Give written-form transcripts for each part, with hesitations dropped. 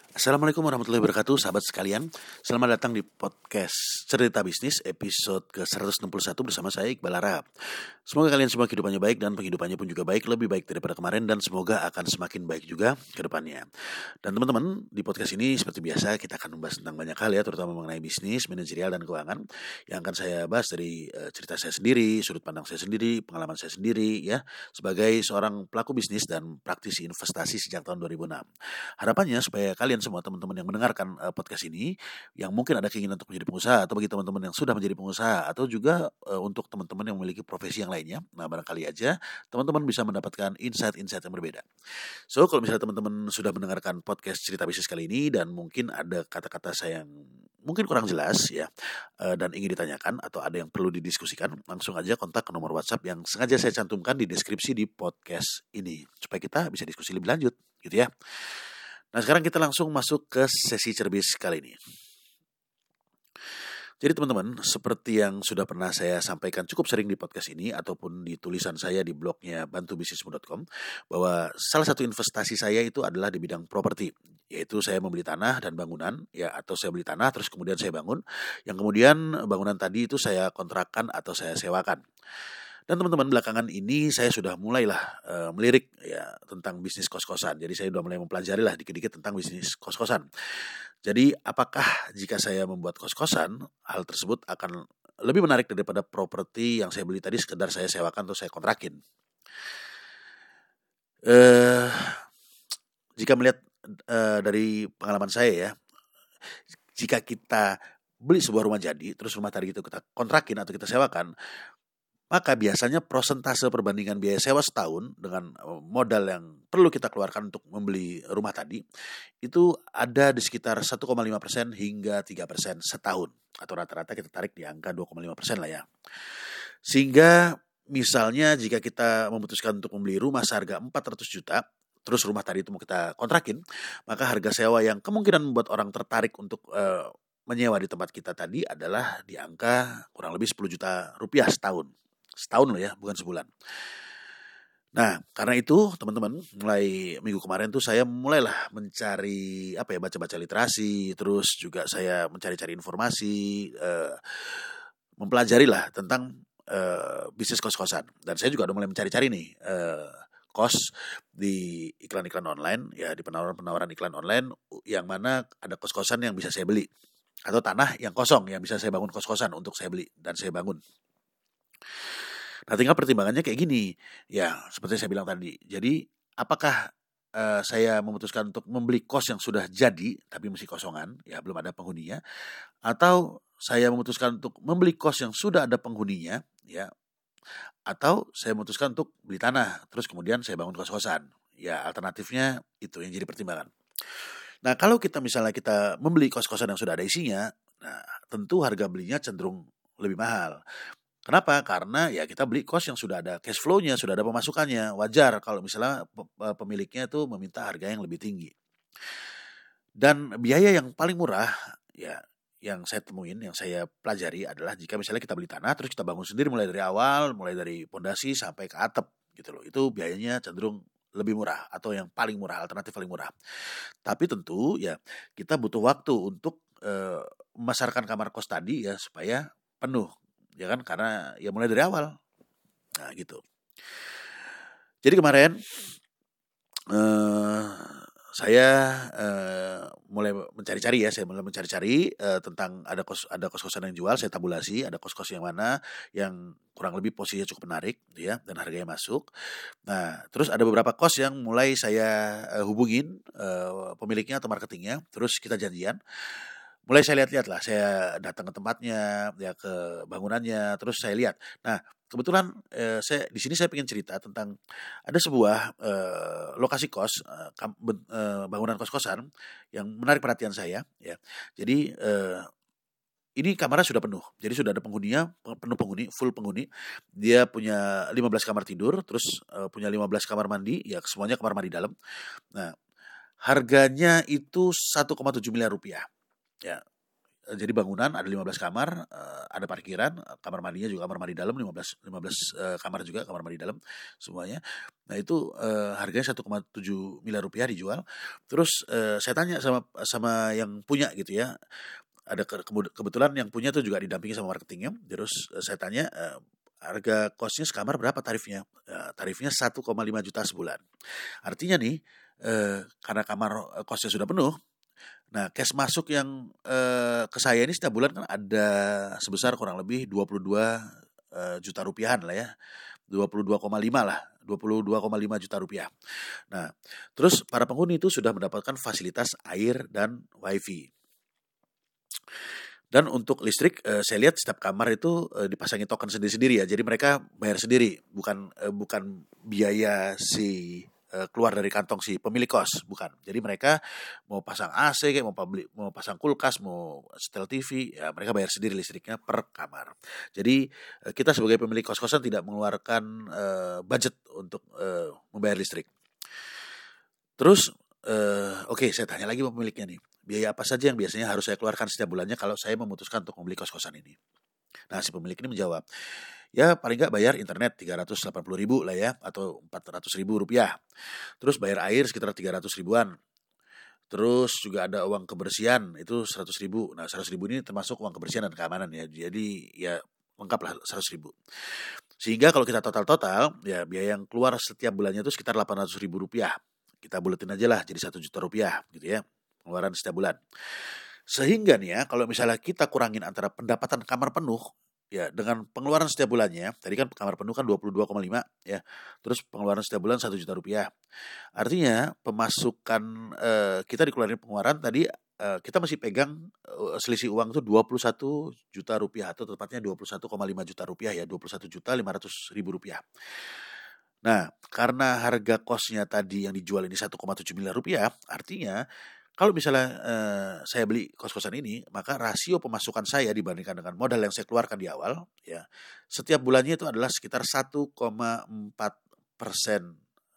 Assalamualaikum warahmatullahi wabarakatuh, sahabat sekalian. Selamat datang di podcast Cerita Bisnis episode ke-161 bersama saya Iqbal Harahap. Semoga kalian semua kehidupannya baik dan penghidupannya pun juga baik, lebih baik daripada kemarin dan semoga akan semakin baik juga ke depannya. Dan teman-teman, di podcast ini seperti biasa kita akan membahas tentang banyak hal ya, terutama mengenai bisnis, manajerial dan keuangan yang akan saya bahas dari cerita saya sendiri, sudut pandang saya sendiri, pengalaman saya sendiri ya, sebagai seorang pelaku bisnis dan praktisi investasi sejak tahun 2006. Harapannya supaya kalian semua teman-teman yang mendengarkan podcast ini yang mungkin ada keinginan untuk menjadi pengusaha atau bagi teman-teman yang sudah menjadi pengusaha atau juga untuk teman-teman yang memiliki profesi yang lainnya. Nah, barangkali aja teman-teman bisa mendapatkan insight-insight yang berbeda. So, kalau misalnya teman-teman sudah mendengarkan podcast Cerita Bisnis kali ini dan mungkin ada kata-kata saya yang mungkin kurang jelas ya dan ingin ditanyakan atau ada yang perlu didiskusikan, langsung aja kontak ke nomor WhatsApp yang sengaja saya cantumkan di deskripsi di podcast ini supaya kita bisa diskusi lebih lanjut gitu ya. Nah, sekarang kita langsung masuk ke sesi cerbis kali ini. Jadi teman-teman, seperti yang sudah pernah saya sampaikan cukup sering di podcast ini ataupun di tulisan saya di blognya bantubisnismu.com, bahwa salah satu investasi saya itu adalah di bidang properti, yaitu saya membeli tanah dan bangunan ya, atau saya beli tanah terus kemudian saya bangun, yang kemudian bangunan tadi itu saya kontrakkan atau saya sewakan. Dan teman-teman, belakangan ini saya sudah mulailah melirik ya tentang bisnis kos-kosan. Jadi saya sudah mulai mempelajari lah dikit-dikit tentang bisnis kos-kosan. Jadi apakah jika saya membuat kos-kosan, hal tersebut akan lebih menarik daripada properti yang saya beli tadi sekedar saya sewakan atau saya kontrakin. Jika melihat dari pengalaman saya ya, jika kita beli sebuah rumah jadi, terus rumah tadi itu kita kontrakin atau kita sewakan, maka biasanya prosentase perbandingan biaya sewa setahun dengan modal yang perlu kita keluarkan untuk membeli rumah tadi itu ada di sekitar 1,5% hingga 3% setahun, atau rata-rata kita tarik di angka 2,5% lah ya. Sehingga misalnya jika kita memutuskan untuk membeli rumah seharga 400 juta, terus rumah tadi itu mau kita kontrakin, maka harga sewa yang kemungkinan membuat orang tertarik untuk menyewa di tempat kita tadi adalah di angka kurang lebih 10 juta rupiah setahun. Setahun loh ya, bukan sebulan. Nah, karena itu teman-teman, mulai minggu kemarin tuh saya mulailah mencari baca-baca literasi, terus juga saya mencari-cari informasi, mempelajari lah tentang bisnis kos-kosan. Dan saya juga udah mulai mencari-cari nih kos di iklan-iklan online, ya di penawaran-penawaran iklan online yang mana ada kos-kosan yang bisa saya beli atau tanah yang kosong yang bisa saya bangun kos-kosan untuk saya beli dan saya bangun. Nah, tinggal pertimbangannya kayak gini, ya seperti saya bilang tadi. Jadi apakah saya memutuskan untuk membeli kos yang sudah jadi tapi masih kosongan, ya belum ada penghuninya, atau saya memutuskan untuk membeli kos yang sudah ada penghuninya, ya, atau saya memutuskan untuk beli tanah terus kemudian saya bangun kos-kosan. Ya, alternatifnya itu yang jadi pertimbangan. Nah, kalau kita misalnya kita membeli kos-kosan yang sudah ada isinya, nah tentu harga belinya cenderung lebih mahal. Kenapa? Karena ya kita beli kos yang sudah ada cash flow-nya, sudah ada pemasukannya. Wajar kalau misalnya pemiliknya itu meminta harga yang lebih tinggi. Dan biaya yang paling murah ya yang saya temuin, yang saya pelajari adalah jika misalnya kita beli tanah terus kita bangun sendiri mulai dari awal, mulai dari pondasi sampai ke atap gitu loh. Itu biayanya cenderung lebih murah atau yang paling murah, alternatif paling murah. Tapi tentu ya kita butuh waktu untuk memasarkan kamar kos tadi ya supaya penuh. Ya kan, karena ya mulai dari awal. Nah gitu. Jadi kemarin saya mulai mencari-cari ya, saya mulai mencari-cari tentang ada kos-kosan yang jual, saya tabulasi, ada kos-kos yang mana yang kurang lebih posisinya cukup menarik gitu ya, dan harganya masuk. Nah, terus ada beberapa kos yang mulai saya hubungin pemiliknya atau marketingnya, terus kita janjian. Mulai saya lihat-lihat lah, saya datang ke tempatnya, ya ke bangunannya, terus saya lihat. Nah, kebetulan saya di sini saya pengen cerita tentang ada sebuah lokasi kos, bangunan kos-kosan yang menarik perhatian saya. Ya, jadi ini kamarnya sudah penuh, jadi sudah ada penghuninya, penuh penghuni, full penghuni. Dia punya 15 kamar tidur, terus punya 15 kamar mandi, ya semuanya kamar mandi dalam. Nah, harganya itu 1,7 miliar rupiah. Ya, jadi bangunan ada 15 kamar, ada parkiran, kamar mandinya juga kamar mandi dalam 15 kamar juga kamar mandi dalam semuanya. Nah itu harganya 1,7 miliar rupiah dijual. Terus saya tanya sama yang punya gitu ya. Ada kebetulan yang punya tuh juga didampingi sama marketingnya. Terus saya tanya harga kosnya sekamar berapa tarifnya? Tarifnya 1,5 juta sebulan. Artinya nih karena kamar kosnya sudah penuh. Nah, cash masuk yang ke saya ini setiap bulan kan ada sebesar kurang lebih 22 juta rupiahan lah ya. 22,5 lah, 22,5 juta rupiah. Nah, terus para penghuni itu sudah mendapatkan fasilitas air dan wifi. Dan untuk listrik, saya lihat setiap kamar itu dipasangi token sendiri-sendiri ya. Jadi mereka bayar sendiri, bukan biaya si keluar dari kantong si pemilik kos, bukan. Jadi mereka mau pasang AC kayak mau pasang kulkas, mau setel TV, ya mereka bayar sendiri listriknya per kamar. Jadi kita sebagai pemilik kos-kosan tidak mengeluarkan budget untuk membayar listrik. Terus oke, saya tanya lagi sama pemiliknya nih. Biaya apa saja yang biasanya harus saya keluarkan setiap bulannya kalau saya memutuskan untuk membeli kos-kosan ini? Nah, si pemilik ini menjawab, ya paling nggak bayar internet 380.000 lah ya, atau 400.000 rupiah. Terus bayar air sekitar 300 ribuan. Terus juga ada uang kebersihan, itu 100.000. Nah, 100.000 ini termasuk uang kebersihan dan keamanan ya. Jadi ya lengkap lah 100.000. Sehingga kalau kita total-total, ya biaya yang keluar setiap bulannya itu sekitar 800.000 rupiah. Kita buletin aja lah jadi 1 juta rupiah gitu ya, pengeluaran setiap bulan. Sehingga nih ya, kalau misalnya kita kurangin antara pendapatan kamar penuh ya dengan pengeluaran setiap bulannya, tadi kan kamar penuh kan 22,5 ya. Terus pengeluaran setiap bulan 1 juta rupiah. Artinya pemasukan kita dikeluarin pengeluaran tadi kita masih pegang selisih uang itu 21 juta rupiah atau tepatnya 21,5 juta rupiah ya, 21.500.000 rupiah. Nah, karena harga kosnya tadi yang dijual ini 1,7 miliar rupiah, artinya kalau misalnya saya beli kos-kosan ini, maka rasio pemasukan saya dibandingkan dengan modal yang saya keluarkan di awal, ya setiap bulannya itu adalah sekitar 1,4%,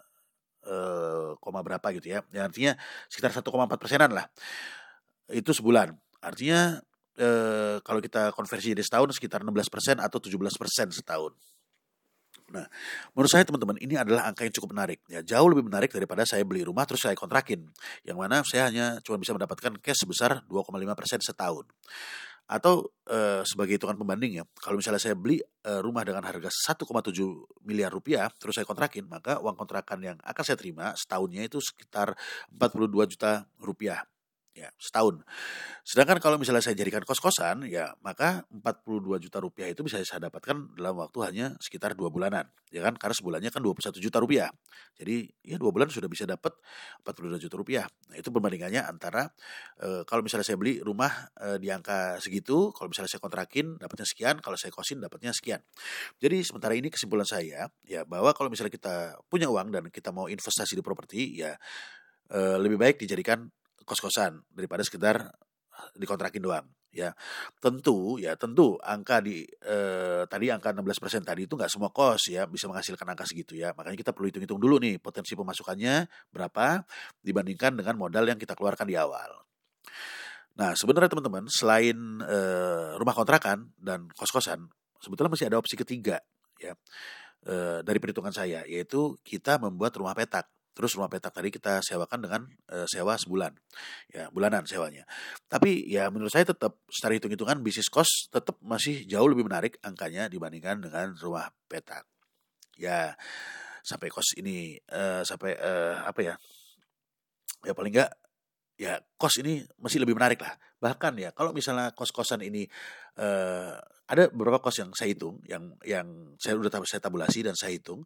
koma berapa gitu ya. Ya artinya sekitar 1,4%-an lah. Itu sebulan. Artinya kalau kita konversi jadi setahun sekitar 16% atau 17% setahun. Nah, menurut saya teman-teman ini adalah angka yang cukup menarik. Ya, jauh lebih menarik daripada saya beli rumah terus saya kontrakin. Yang mana saya hanya cuma bisa mendapatkan cash sebesar 2,5% setahun. Atau sebagai hitungan pembanding ya, kalau misalnya saya beli rumah dengan harga 1,7 miliar rupiah terus saya kontrakin, maka uang kontrakan yang akan saya terima setahunnya itu sekitar 42 juta rupiah. Ya, setahun. Sedangkan kalau misalnya saya jadikan kos-kosan, ya maka 42 juta rupiah itu bisa saya dapatkan dalam waktu hanya sekitar 2 bulanan. Ya kan, karena sebulannya kan 21 juta rupiah. Jadi ya 2 bulan sudah bisa dapat 42 juta rupiah. Nah itu perbandingannya antara kalau misalnya saya beli rumah di angka segitu, kalau misalnya saya kontrakin dapatnya sekian, kalau saya kosin dapatnya sekian. Jadi sementara ini kesimpulan saya, ya bahwa kalau misalnya kita punya uang dan kita mau investasi di properti, ya lebih baik dijadikan kos-kosan daripada sekedar dikontrakin doang ya. Tentu angka tadi angka 16% tadi itu nggak semua kos ya bisa menghasilkan angka segitu ya. Makanya kita perlu hitung-hitung dulu nih potensi pemasukannya berapa dibandingkan dengan modal yang kita keluarkan di awal. Nah, sebenarnya teman-teman selain rumah kontrakan dan kos-kosan, sebetulnya masih ada opsi ketiga ya. Dari perhitungan saya yaitu kita membuat rumah petak. Terus rumah petak tadi kita sewakan dengan sewa sebulan, ya bulanan sewanya. Tapi ya menurut saya tetap secara hitung-hitungan bisnis kos tetap masih jauh lebih menarik angkanya dibandingkan dengan rumah petak. Ya sampai kos ini apa ya? Ya paling enggak ya kos ini masih lebih menarik lah. Bahkan ya kalau misalnya kos-kosan ini ada beberapa kos yang saya hitung, yang saya tabulasi dan saya hitung.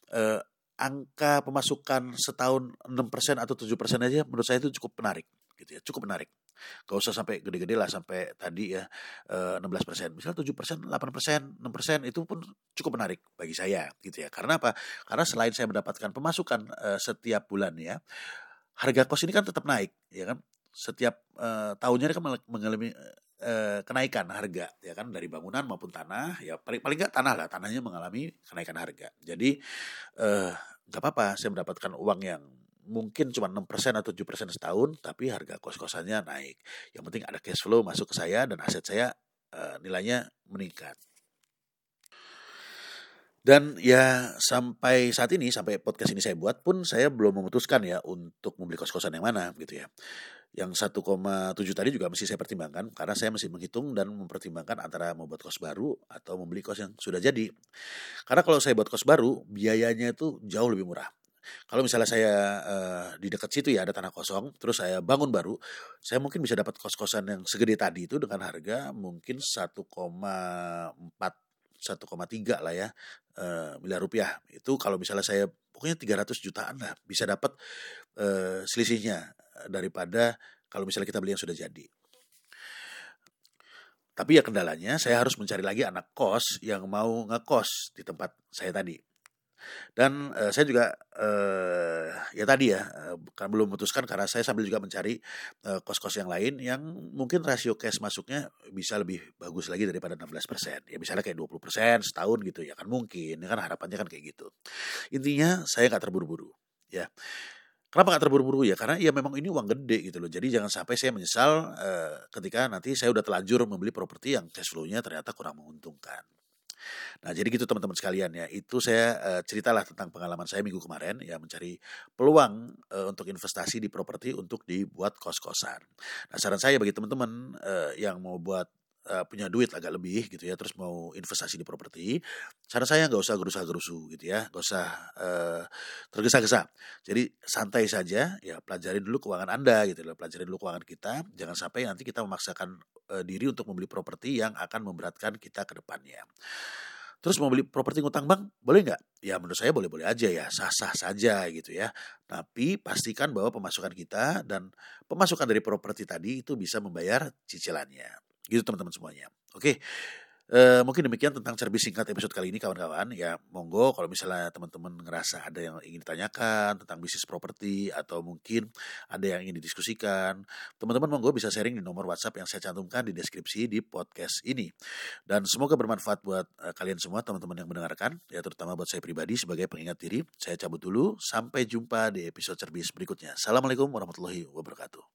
Angka pemasukan setahun 6% atau 7% aja menurut saya itu cukup menarik gitu ya, cukup menarik. Gak usah sampai gede-gede lah sampai tadi ya 16%. Misalnya 7%, 8%, 6% itu pun cukup menarik bagi saya gitu ya. Karena apa? Karena selain saya mendapatkan pemasukan setiap bulan ya, harga kos ini kan tetap naik ya kan. Setiap tahunnya kan mengalami kenaikan harga ya kan dari bangunan maupun tanah ya paling nggak tanahnya mengalami kenaikan harga. Jadi nggak apa-apa saya mendapatkan uang yang mungkin cuma 6% atau 7% setahun, tapi harga kos-kosannya naik. Yang penting ada cash flow masuk ke saya dan aset saya nilainya meningkat. Dan ya sampai saat ini, sampai podcast ini saya buat pun saya belum memutuskan ya untuk membeli kos-kosan yang mana gitu ya. Yang 1,7 tadi juga mesti saya pertimbangkan karena saya masih menghitung dan mempertimbangkan antara membuat kos baru atau membeli kos yang sudah jadi. Karena kalau saya buat kos baru, biayanya itu jauh lebih murah. Kalau misalnya saya di dekat situ ya ada tanah kosong, terus saya bangun baru, saya mungkin bisa dapat kos-kosan yang segede tadi itu dengan harga mungkin 1,4 1,3 lah ya miliar rupiah. Itu kalau misalnya saya pokoknya 300 jutaan lah bisa dapat selisihnya daripada kalau misalnya kita beli yang sudah jadi. Tapi ya kendalanya saya harus mencari lagi anak kos yang mau ngekos di tempat saya tadi. Dan saya juga ya tadi ya kan belum memutuskan karena saya sambil juga mencari kos-kos yang lain yang mungkin rasio cash masuknya bisa lebih bagus lagi daripada 16%. Ya misalnya kayak 20% setahun gitu ya kan mungkin. Ya kan harapannya kan kayak gitu. Intinya saya nggak terburu-buru ya. Kenapa nggak terburu-buru ya? Karena ya memang ini uang gede gitu loh. Jadi jangan sampai saya menyesal ketika nanti saya udah telanjur membeli properti yang cash flow-nya ternyata kurang menguntungkan. Nah, jadi gitu teman-teman sekalian ya. Itu saya ceritalah tentang pengalaman saya minggu kemarin ya mencari peluang untuk investasi di properti untuk dibuat kos-kosan. Nah, saran saya bagi teman-teman yang mau buat punya duit agak lebih gitu ya, terus mau investasi di properti, saran saya nggak usah gerusa-gerusu gitu ya, nggak usah tergesa-gesa. Jadi santai saja ya, pelajarin dulu keuangan Anda gitu loh, pelajarin dulu keuangan kita, jangan sampai nanti kita memaksakan diri untuk membeli properti yang akan memberatkan kita ke depannya. Terus mau beli properti ngutang bank, boleh nggak? Ya menurut saya boleh-boleh aja ya, sah-sah saja gitu ya. Tapi pastikan bahwa pemasukan kita dan pemasukan dari properti tadi itu bisa membayar cicilannya. Gitu teman-teman semuanya. Oke, mungkin demikian tentang cerbis singkat episode kali ini kawan-kawan. Ya monggo kalau misalnya teman-teman ngerasa ada yang ingin ditanyakan tentang bisnis properti atau mungkin ada yang ingin didiskusikan, teman-teman monggo bisa sharing di nomor WhatsApp yang saya cantumkan di deskripsi di podcast ini. Dan semoga bermanfaat buat kalian semua teman-teman yang mendengarkan, ya terutama buat saya pribadi sebagai pengingat diri. Saya cabut dulu, sampai jumpa di episode cerbis berikutnya. Assalamualaikum warahmatullahi wabarakatuh.